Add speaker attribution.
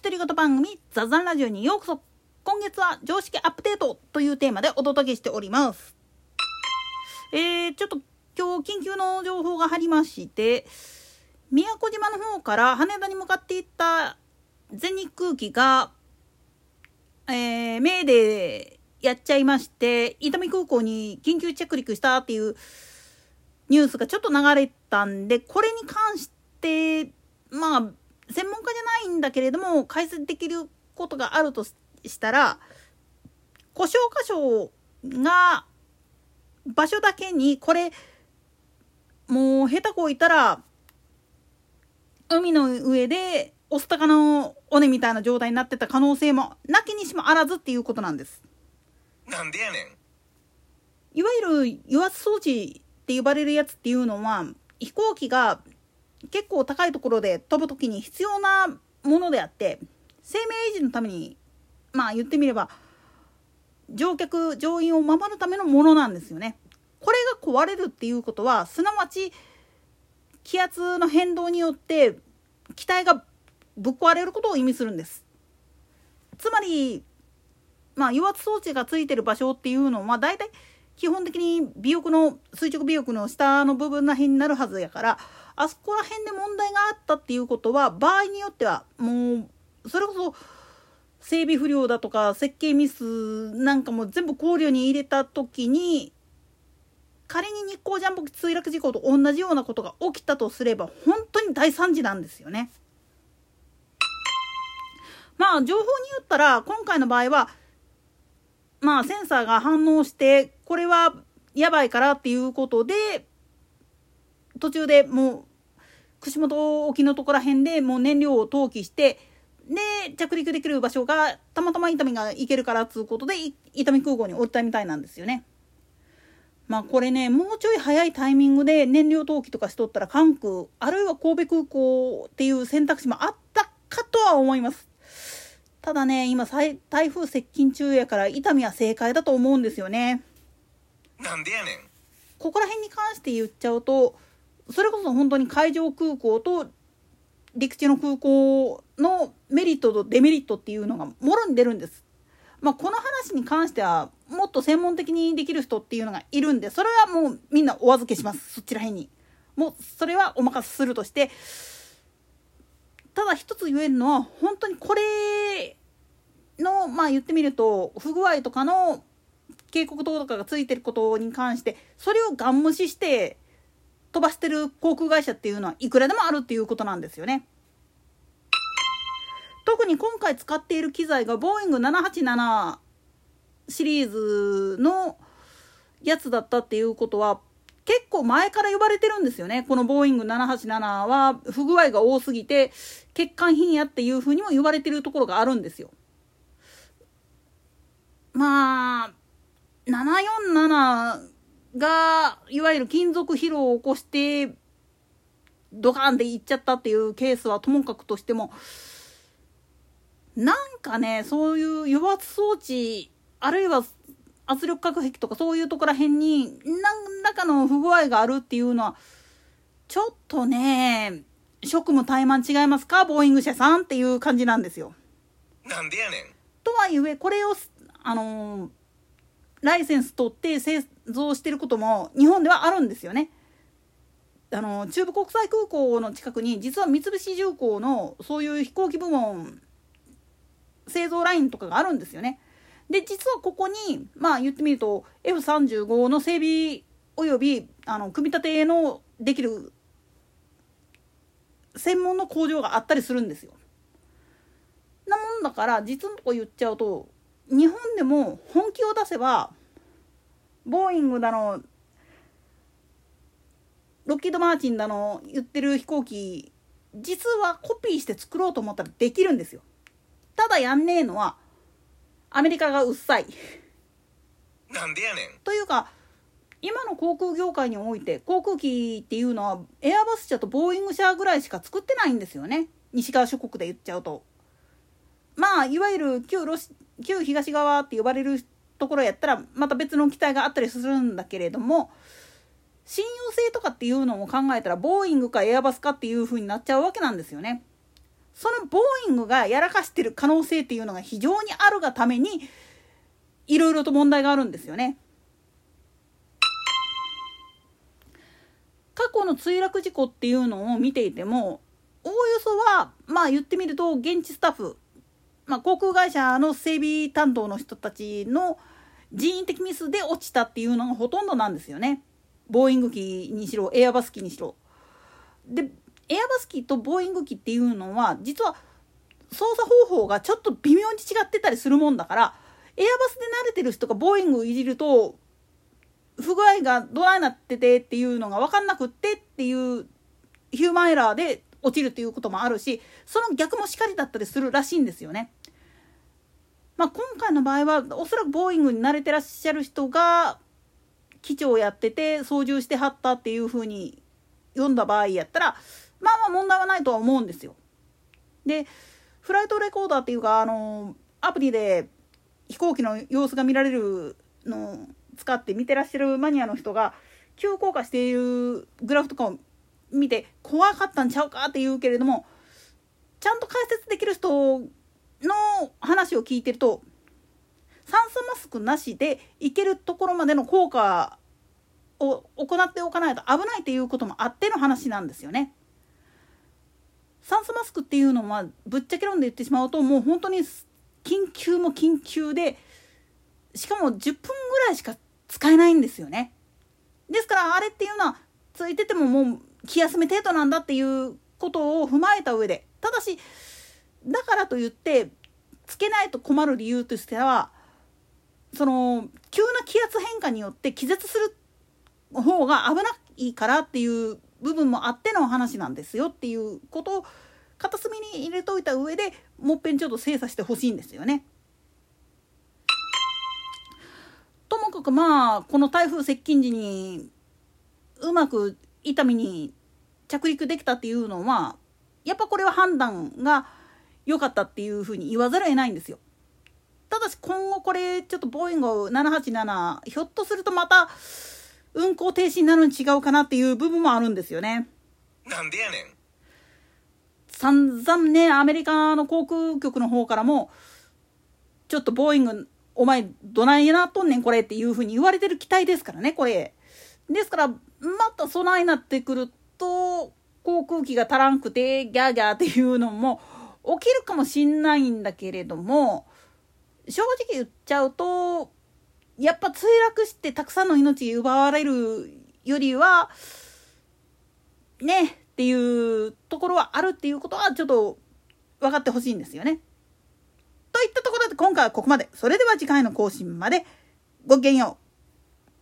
Speaker 1: 独り言番組ザザンラジオにようこそ。今月は常識アップデートというテーマでお届けしております。ちょっと今日緊急の情報が入りまして、宮古島の方から羽田に向かっていった全日空機が、メーデーやっちゃいまして、伊丹空港に緊急着陸したっていうニュースがちょっと流れたんで、これに関して専門家じゃないんだけれども解説できることがあるとしたら、故障箇所が場所だけに、これもう下手こいたら海の上でオスタカの尾根みたいな状態になってた可能性もなきにしもあらずっていうことなんです。
Speaker 2: なんでやね
Speaker 1: ん。いわゆる油圧装置って呼ばれるやつっていうのは、飛行機が結構高いところで飛ぶときに必要なものであって、生命維持のために言ってみれば乗客乗員を守るためのものなんですよね。これが壊れるっていうことは、すなわち気圧の変動によって機体がぶっ壊れることを意味するんです。つまり油圧装置がついてる場所っていうのはだいたい基本的に垂直尾翼の下の部分ら辺になるはずやから、あそこら辺で問題があったっていうことは、場合によってはもうそれこそ整備不良だとか設計ミスなんかも全部考慮に入れた時に、仮に日航ジャンボ機墜落事故と同じようなことが起きたとすれば本当に大惨事なんですよね。情報によったら今回の場合はセンサーが反応してこれはやばいからっていうことで、途中でもう串本沖のところら辺でもう燃料を投棄して、で着陸できる場所がたまたま伊丹が行けるからっつうことで伊丹空港に降りたみたいなんですよね。これね、もうちょい早いタイミングで燃料投棄とかしとったら関空あるいは神戸空港っていう選択肢もあったかとは思います。ただね、今台風接近中やから伊丹は正解だと思うんですよね。
Speaker 2: なんでやねん。
Speaker 1: ここら辺に関して言っちゃうと、それこそ本当に海上空港と陸地の空港のメリットとデメリットっていうのがもろに出るんです。この話に関してはもっと専門的にできる人っていうのがいるんで、それはもうみんなお預けします。そちら辺にもうそれはお任せするとして、ただ一つ言えるのは、本当にこれの言ってみると不具合とかの警告灯とかがついてることに関して、それをガン無視して飛ばしてる航空会社っていうのはいくらでもあるっていうことなんですよね。特に今回使っている機材がボーイング787シリーズのやつだったっていうことは、結構前から呼ばれてるんですよね。このボーイング787は不具合が多すぎて欠陥品やっていうふうにも言われてるところがあるんですよ。747がいわゆる金属疲労を起こしてドカンでいっちゃったっていうケースはともかくとしても、そういう油圧装置あるいは圧力隔壁とかそういうところら辺に何らかの不具合があるっていうのはちょっとね、職務怠慢違いますかボーイング社さんっていう感じなんですよ。
Speaker 2: なんでやねん。
Speaker 1: とはいえこれをライセンス取って製造してることも日本ではあるんですよね。中部国際空港の近くに実は三菱重工のそういう飛行機部門製造ラインとかがあるんですよね。で実はここに言ってみると F35 の整備および組み立てのできる専門の工場があったりするんですよ。なもんだから実のとこ言っちゃうと、日本でも本気を出せばボーイングだのロッキードマーチンだの言ってる飛行機、実はコピーして作ろうと思ったらできるんですよ。ただやんねえのはアメリカがうっさい。
Speaker 2: なんでやねん。
Speaker 1: というか今の航空業界において航空機っていうのはエアバス社とボーイング社ぐらいしか作ってないんですよね。西側諸国で言っちゃうといわゆる旧東側って呼ばれるところやったらまた別の機体があったりするんだけれども、信用性とかっていうのも考えたらボーイングかエアバスかっていう風になっちゃうわけなんですよね。 そのボーイングがやらかしてる可能性っていうのが非常にあるがためにいろいろと問題があるんですよね。過去の墜落事故っていうのを見ていても、おおよそは言ってみると現地スタッフ、航空会社の整備担当の人たちの人為的ミスで落ちたっていうのがほとんどなんですよね。ボーイング機にしろエアバス機にしろ。でエアバス機とボーイング機っていうのは実は操作方法がちょっと微妙に違ってたりするもんだから、エアバスで慣れてる人がボーイングをいじると不具合がどないなっててっていうのが分かんなくってっていうヒューマンエラーで落ちるっていうこともあるし、その逆もしかりだったりするらしいんですよね。今回の場合はおそらくボーイングに慣れてらっしゃる人が機長をやってて操縦してはったっていう風に読んだ場合やったら問題はないとは思うんですよ。でフライトレコーダーっていうかアプリで飛行機の様子が見られるのを使って見てらっしゃるマニアの人が急降下しているグラフとかを見て怖かったんちゃうかって言うけれども、ちゃんと解説できる人の話を聞いてると酸素マスクなしで行けるところまでの効果を行っておかないと危ないっていうこともあっての話なんですよね。酸素マスクっていうのはぶっちゃけ論で言ってしまうともう本当に緊急も緊急で、しかも10分ぐらいしか使えないんですよね。ですからあれっていうのはついててももう気休め程度なんだっていうことを踏まえた上で、ただしだからといってつけないと困る理由としては、その急な気圧変化によって気絶する方が危ないからっていう部分もあっての話なんですよっていうことを片隅に入れといた上でもっぺんちょっと精査してほしいんですよね。ともかくこの台風接近時にうまく伊丹に着陸できたっていうのはやっぱこれは判断が良かったっていうふうに言わざるを得ないんですよ。ただし今後これちょっとボーイング787ひょっとするとまた運航停止になるに違うかなっていう部分もあるんですよね。
Speaker 2: なんでやねん。
Speaker 1: 散々ねアメリカの航空局の方からもちょっとボーイングお前どないなっとんねんこれっていう風に言われてる機体ですからねこれ。ですからまた備えになってくると航空機が足らんくてギャーギャーっていうのも起きるかもしんないんだけれども、正直言っちゃうとやっぱ墜落してたくさんの命奪われるよりはねっていうところはあるっていうことはちょっと分かってほしいんですよね。といったところで今回はここまで。それでは次回の更新までごきげんよう。